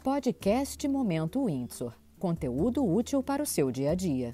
Podcast Momento Windsor. Conteúdo útil para o seu dia a dia.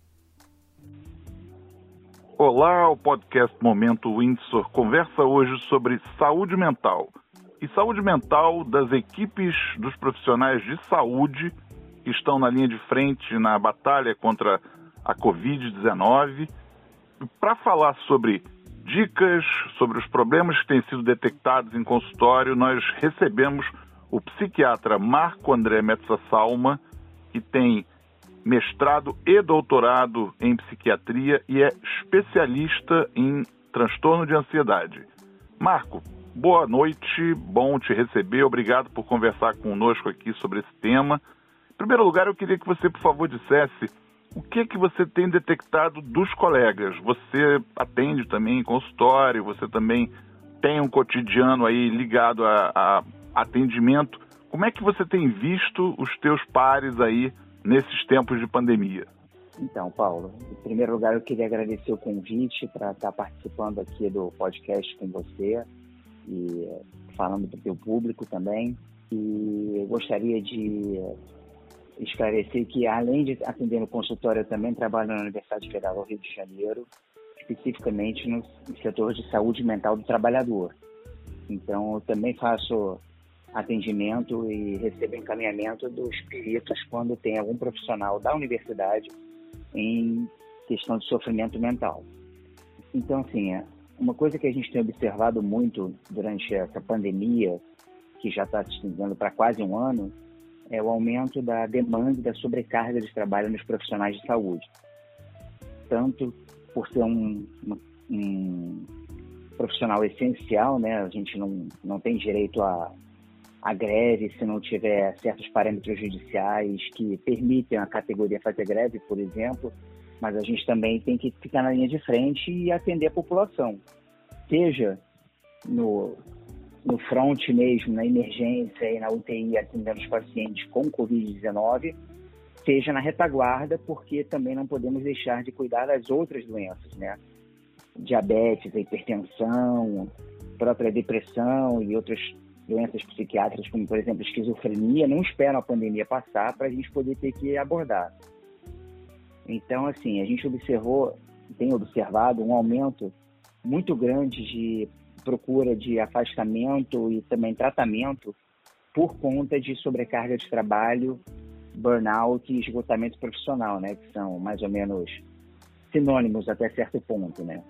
Olá, o podcast Momento Windsor conversa hoje sobre saúde mental. E saúde mental das equipes dos profissionais de saúde que estão na linha de frente na batalha contra a Covid-19. Para falar sobre dicas, sobre os problemas que têm sido detectados em consultório, nós recebemos o psiquiatra Marco André Metsa-Salma, que tem mestrado e doutorado em psiquiatria e é especialista em transtorno de ansiedade. Marco, boa noite, bom te receber, obrigado por conversar conosco aqui sobre esse tema. Em primeiro lugar, eu queria que você, por favor, dissesse o que você tem detectado dos colegas. Você atende também em consultório, você também tem um cotidiano aí ligado a atendimento. Como é que você tem visto os teus pares aí nesses tempos de pandemia? Então, Paulo, em primeiro lugar eu queria agradecer o convite para estar participando aqui do podcast com você e falando para o teu público também. E eu gostaria de esclarecer que, além de atender no consultório, eu também trabalho na Universidade Federal do Rio de Janeiro, especificamente no setor de saúde mental do trabalhador. Então, eu também faço atendimento e recebo encaminhamento dos peritos quando tem algum profissional da universidade em questão de sofrimento mental. Então, assim, uma coisa que a gente tem observado muito durante essa pandemia, que já está se estendendo para quase um ano, é o aumento da demanda e da sobrecarga de trabalho nos profissionais de saúde. Tanto por ser um profissional essencial, né? A gente não tem direito a greve se não tiver certos parâmetros judiciais que permitem a categoria fazer greve, por exemplo, mas a gente também tem que ficar na linha de frente e atender a população, seja no front mesmo, na emergência e na UTI, atendendo os pacientes com Covid-19, seja na retaguarda, porque também não podemos deixar de cuidar das outras doenças, né? Diabetes, hipertensão, própria depressão e outras doenças psiquiátricas, como, por exemplo, esquizofrenia, não esperam a pandemia passar para a gente poder ter que abordar. Então, assim, a gente tem observado um aumento muito grande de procura de afastamento e também tratamento por conta de sobrecarga de trabalho, burnout e esgotamento profissional, né, que são mais ou menos sinônimos até certo ponto, né?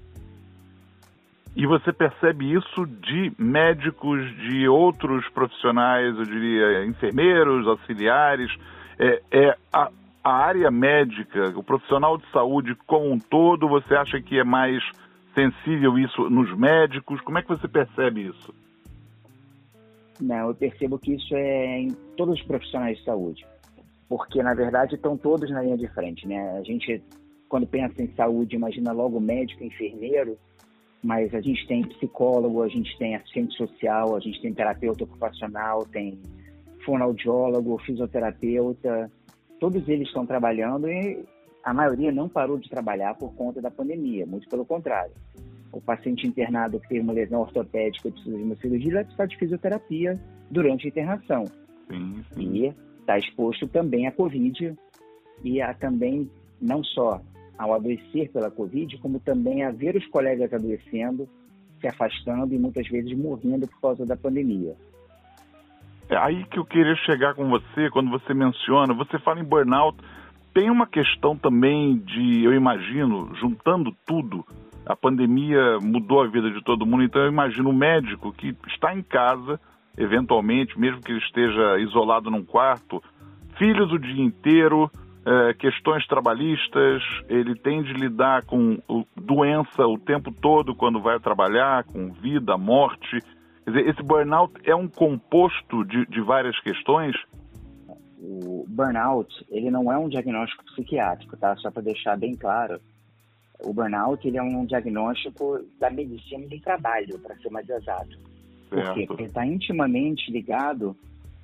E você percebe isso de médicos, de outros profissionais, eu diria, enfermeiros, auxiliares, a área médica, o profissional de saúde como um todo, você acha que é mais sensível isso nos médicos? Como é que você percebe isso? Não, eu percebo que isso é em todos os profissionais de saúde, porque, na verdade, estão todos na linha de frente, né? A gente, quando pensa em saúde, imagina logo médico, enfermeiro, mas a gente tem psicólogo, a gente tem assistente social, a gente tem terapeuta ocupacional, tem fonoaudiólogo, fisioterapeuta, todos eles estão trabalhando e a maioria não parou de trabalhar por conta da pandemia, muito pelo contrário. O paciente internado que teve uma lesão ortopédica e precisa de uma cirurgia, vai precisar de fisioterapia durante a internação. Sim. E está exposto também à Covid e também não só ao adoecer pela Covid, como também a ver os colegas adoecendo, se afastando e muitas vezes morrendo por causa da pandemia. É aí que eu queria chegar com você, quando você menciona, você fala em burnout, tem uma questão também de, eu imagino, juntando tudo, a pandemia mudou a vida de todo mundo, então eu imagino o médico que está em casa, eventualmente, mesmo que ele esteja isolado num quarto, filhos o dia inteiro, questões trabalhistas, ele tem de lidar com doença o tempo todo quando vai trabalhar, com vida, morte. Quer dizer, esse burnout é um composto de várias questões? O burnout, ele não é um diagnóstico psiquiátrico, tá? Só para deixar bem claro. O burnout, ele é um diagnóstico da medicina do trabalho, para ser mais exato. Por quê? Porque está intimamente ligado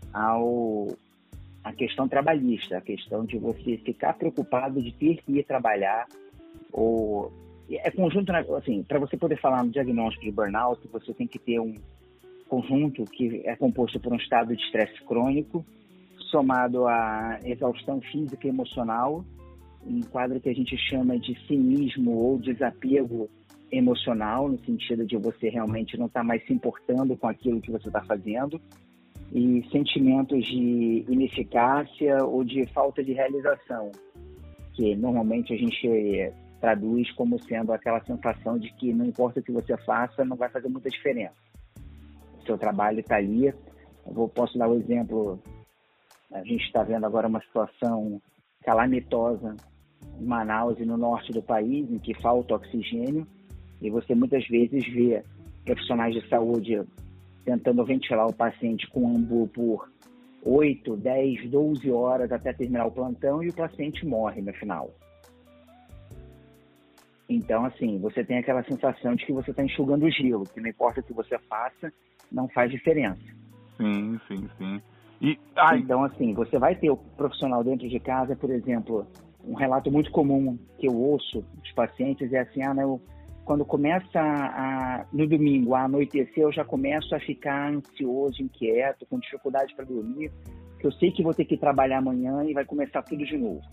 a questão trabalhista, a questão de você ficar preocupado de ter que ir trabalhar, ou é conjunto, assim, para você poder falar no diagnóstico de burnout, você tem que ter conjunto que é composto por um estado de estresse crônico, somado à exaustão física e emocional, um quadro que a gente chama de cinismo ou desapego emocional, no sentido de você realmente não estar mais se importando com aquilo que você está fazendo, e sentimentos de ineficácia ou de falta de realização, que normalmente a gente traduz como sendo aquela sensação de que não importa o que você faça, não vai fazer muita diferença. O seu trabalho está ali. Posso dar um exemplo. A gente está vendo agora uma situação calamitosa em Manaus e no norte do país, em que falta oxigênio, e você muitas vezes vê profissionais de saúde tentando ventilar o paciente com AMBU por 8, 10, 12 horas até terminar o plantão, e o paciente morre no final. Então, assim, você tem aquela sensação de que você está enxugando o gelo, que não importa o que você faça, não faz diferença. Sim. Então, assim, você vai ter o profissional dentro de casa, por exemplo, um relato muito comum que eu ouço dos pacientes é assim, quando começa no domingo a anoitecer, eu já começo a ficar ansioso, inquieto, com dificuldade para dormir, porque eu sei que vou ter que trabalhar amanhã e vai começar tudo de novo.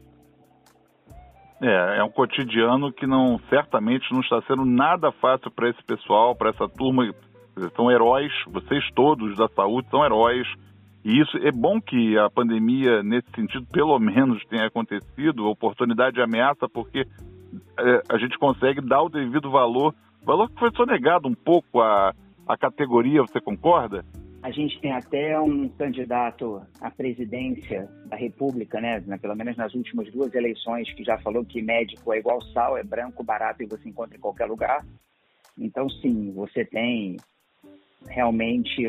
É um cotidiano que certamente não está sendo nada fácil para esse pessoal, para essa turma. São heróis, vocês todos da saúde são heróis. E isso é bom que a pandemia, nesse sentido, pelo menos tenha acontecido, a oportunidade de ameaça, porque a gente consegue dar o devido valor que foi sonegado um pouco à categoria, você concorda? A gente tem até um candidato à presidência da República, né, pelo menos nas últimas 2 eleições, que já falou que médico é igual sal, é branco, barato e você encontra em qualquer lugar. Então, sim, você tem realmente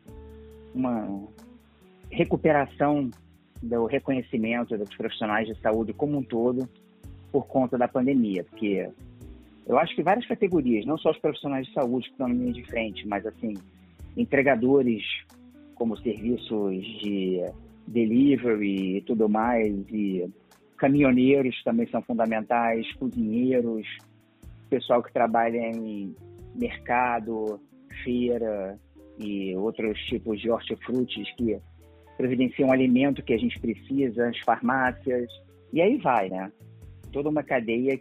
uma recuperação do reconhecimento dos profissionais de saúde como um todo por conta da pandemia, porque eu acho que várias categorias, não só os profissionais de saúde que estão na linha de frente, mas assim, entregadores como serviços de delivery e tudo mais, e caminhoneiros também são fundamentais, cozinheiros, pessoal que trabalha em mercado, feira e outros tipos de hortifrutis que providenciam alimento que a gente precisa, as farmácias, e aí vai, né? Toda uma cadeia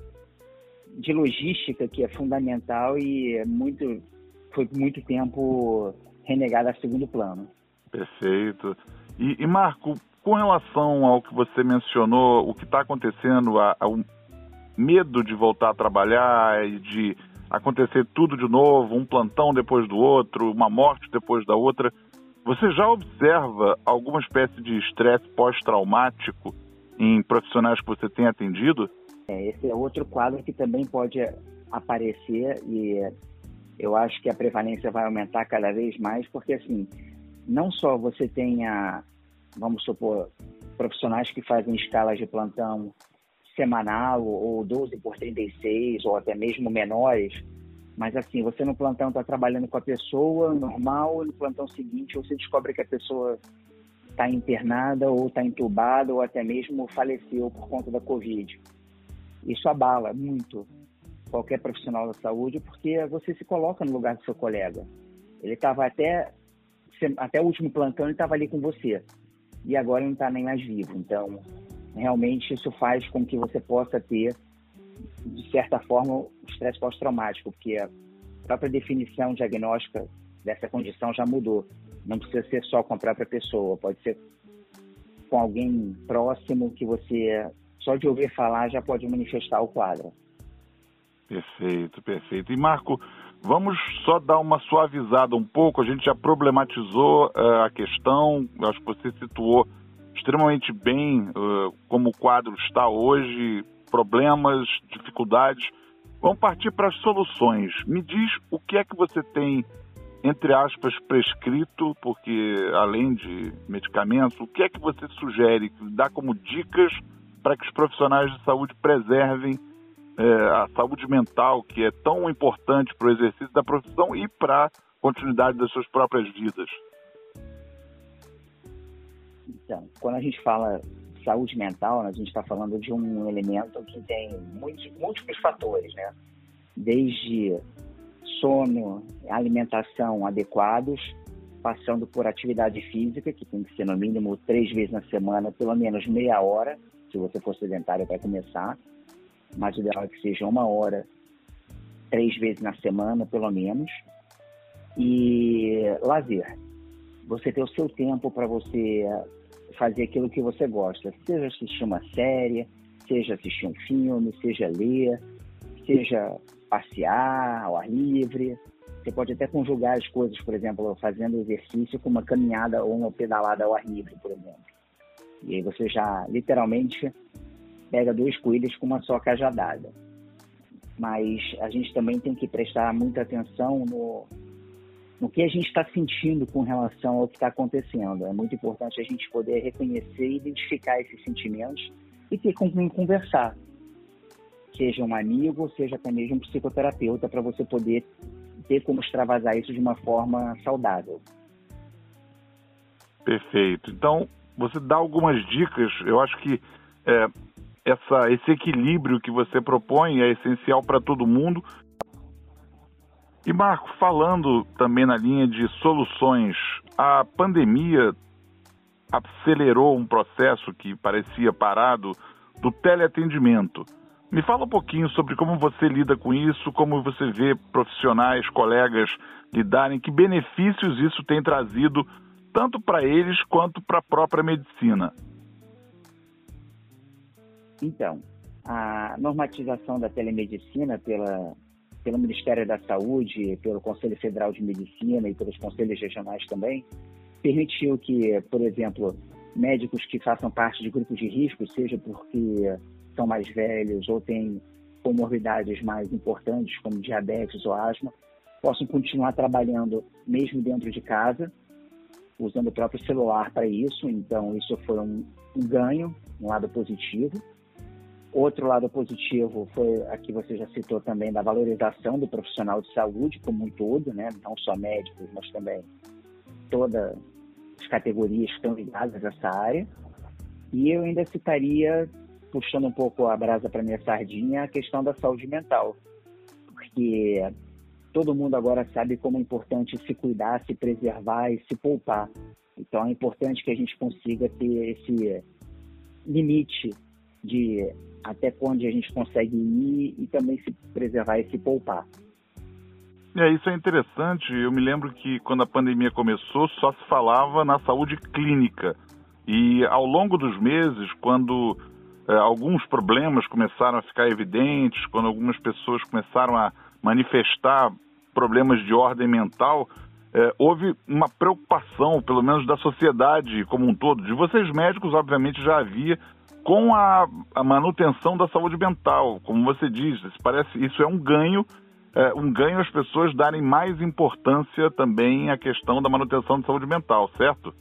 de logística que é fundamental e foi muito tempo renegada a segundo plano. Perfeito. E Marco, com relação ao que você mencionou, o que está acontecendo, ao medo de voltar a trabalhar e de acontecer tudo de novo, um plantão depois do outro, uma morte depois da outra, você já observa alguma espécie de estresse pós-traumático em profissionais que você tem atendido? Esse é outro quadro que também pode aparecer e eu acho que a prevalência vai aumentar cada vez mais, porque assim, não só você tem vamos supor, profissionais que fazem escalas de plantão semanal ou 12/36 ou até mesmo menores, mas assim, você no plantão está trabalhando com a pessoa normal e no plantão seguinte você descobre que a pessoa está internada ou está entubada ou até mesmo faleceu por conta da Covid. Isso abala muito qualquer profissional da saúde, porque você se coloca no lugar do seu colega. Ele estava até o último plantão, ele estava ali com você. E agora ele não está nem mais vivo. Então, realmente, isso faz com que você possa ter, de certa forma, o estresse pós-traumático, porque a própria definição diagnóstica dessa condição já mudou. Não precisa ser só com a própria pessoa, pode ser com alguém próximo que você, só de ouvir falar, já pode manifestar o quadro. Perfeito. E Marco, vamos só dar uma suavizada um pouco, a gente já problematizou a questão, acho que você situou extremamente bem como o quadro está hoje, problemas, dificuldades. Vamos partir para as soluções. Me diz o que é que você tem, entre aspas, prescrito, porque além de medicamentos, o que é que você sugere, que dá como dicas para que os profissionais de saúde preservem a saúde mental, que é tão importante para o exercício da profissão e para a continuidade das suas próprias vidas? Então, quando a gente fala de saúde mental, a gente está falando de um elemento que tem múltiplos fatores, né? Desde sono, alimentação adequados, passando por atividade física, que tem que ser no mínimo 3 vezes na semana, pelo menos meia hora, se você for sedentário para começar, mas o ideal é que seja 1 hora, 3 vezes na semana, pelo menos. E lazer. Você ter o seu tempo para você fazer aquilo que você gosta, seja assistir uma série, seja assistir um filme, seja ler, seja passear ao ar livre. Você pode até conjugar as coisas, por exemplo, fazendo exercício com uma caminhada ou uma pedalada ao ar livre, por exemplo. E aí você já, literalmente, pega 2 coelhos com uma só cajadada. Mas a gente também tem que prestar muita atenção no que a gente está sentindo com relação ao que está acontecendo. É muito importante a gente poder reconhecer e identificar esses sentimentos e ter com quem conversar. Seja um amigo, seja até mesmo um psicoterapeuta, para você poder ter como extravasar isso de uma forma saudável. Perfeito. Então, você dá algumas dicas. Eu acho que esse equilíbrio que você propõe é essencial para todo mundo. E, Marco, falando também na linha de soluções, a pandemia acelerou um processo que parecia parado do teleatendimento. Me fala um pouquinho sobre como você lida com isso, como você vê profissionais, colegas lidarem, que benefícios isso tem trazido tanto para eles quanto para a própria medicina. Então, a normatização da telemedicina pelo Ministério da Saúde, pelo Conselho Federal de Medicina e pelos conselhos regionais também, permitiu que, por exemplo, médicos que façam parte de grupos de risco, seja porque são mais velhos ou têm comorbidades mais importantes, como diabetes ou asma, possam continuar trabalhando mesmo dentro de casa, usando o próprio celular para isso. Então, isso foi um ganho, um lado positivo. Outro lado positivo foi, aqui você já citou também, da valorização do profissional de saúde como um todo, né? Não só médicos, mas também todas as categorias que estão ligadas a essa área. E eu ainda citaria, puxando um pouco a brasa para minha sardinha, a questão da saúde mental, porque todo mundo agora sabe como é importante se cuidar, se preservar e se poupar. Então é importante que a gente consiga ter esse limite de até onde a gente consegue ir e também se preservar e se poupar. Isso é interessante. Eu me lembro que quando a pandemia começou, só se falava na saúde clínica. E ao longo dos meses, quando alguns problemas começaram a ficar evidentes, quando algumas pessoas começaram a manifestar problemas de ordem mental, houve uma preocupação, pelo menos da sociedade como um todo. De vocês médicos, obviamente, já havia, com a manutenção da saúde mental. Como você diz, isso é um ganho as pessoas darem mais importância também à questão da manutenção da saúde mental, certo?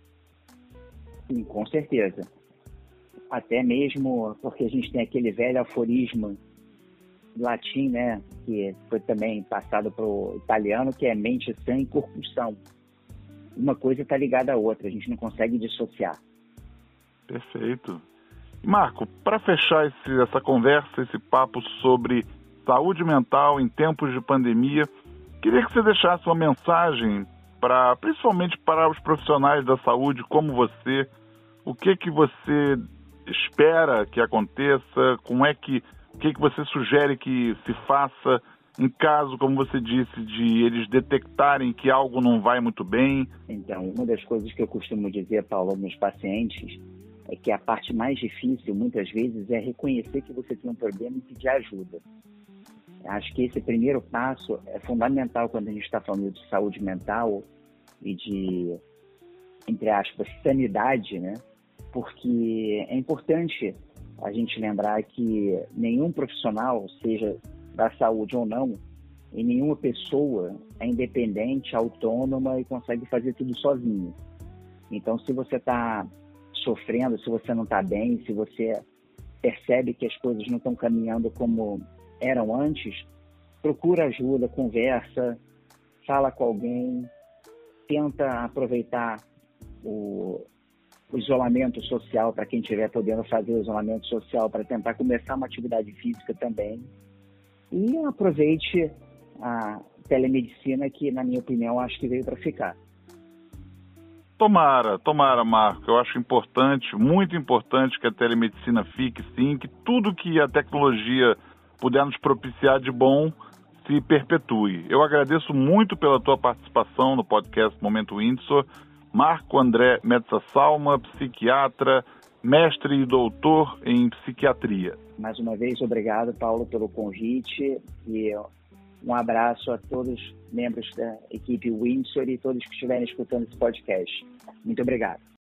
Sim, com certeza. Até mesmo porque a gente tem aquele velho aforismo latim, né, que foi também passado para o italiano, que é mente sã e corpo são. Uma coisa está ligada à outra, a gente não consegue dissociar. Perfeito. Marco, para fechar essa conversa, esse papo sobre saúde mental em tempos de pandemia, queria que você deixasse uma mensagem principalmente para os profissionais da saúde como você. O que você espera que aconteça? O que você sugere que se faça em caso, como você disse, de eles detectarem que algo não vai muito bem? Então, uma das coisas que eu costumo dizer, Paulo, aos meus pacientes, é que a parte mais difícil, muitas vezes, é reconhecer que você tem um problema e pedir ajuda. Acho que esse primeiro passo é fundamental quando a gente está falando de saúde mental e de, entre aspas, sanidade, né? Porque é importante a gente lembrar que nenhum profissional, seja da saúde ou não, e nenhuma pessoa é independente, autônoma e consegue fazer tudo sozinho. Então, se você está sofrendo, se você não está bem, se você percebe que as coisas não estão caminhando como eram antes, procura ajuda, conversa, fala com alguém, tenta aproveitar o isolamento social, para quem estiver podendo fazer o isolamento social, para tentar começar uma atividade física também. E aproveite telemedicina que, na minha opinião, acho que veio para ficar. Tomara, Marco. Eu acho importante, muito importante que a telemedicina fique, sim, que tudo que a tecnologia puder nos propiciar de bom se perpetue. Eu agradeço muito pela tua participação no podcast Momento Windsor. Marco André Metsa-Salma, psiquiatra, mestre e doutor em psiquiatria. Mais uma vez, obrigado, Paulo, pelo convite e um abraço a todos os membros da equipe Windsor e todos que estiverem escutando esse podcast. Muito obrigado.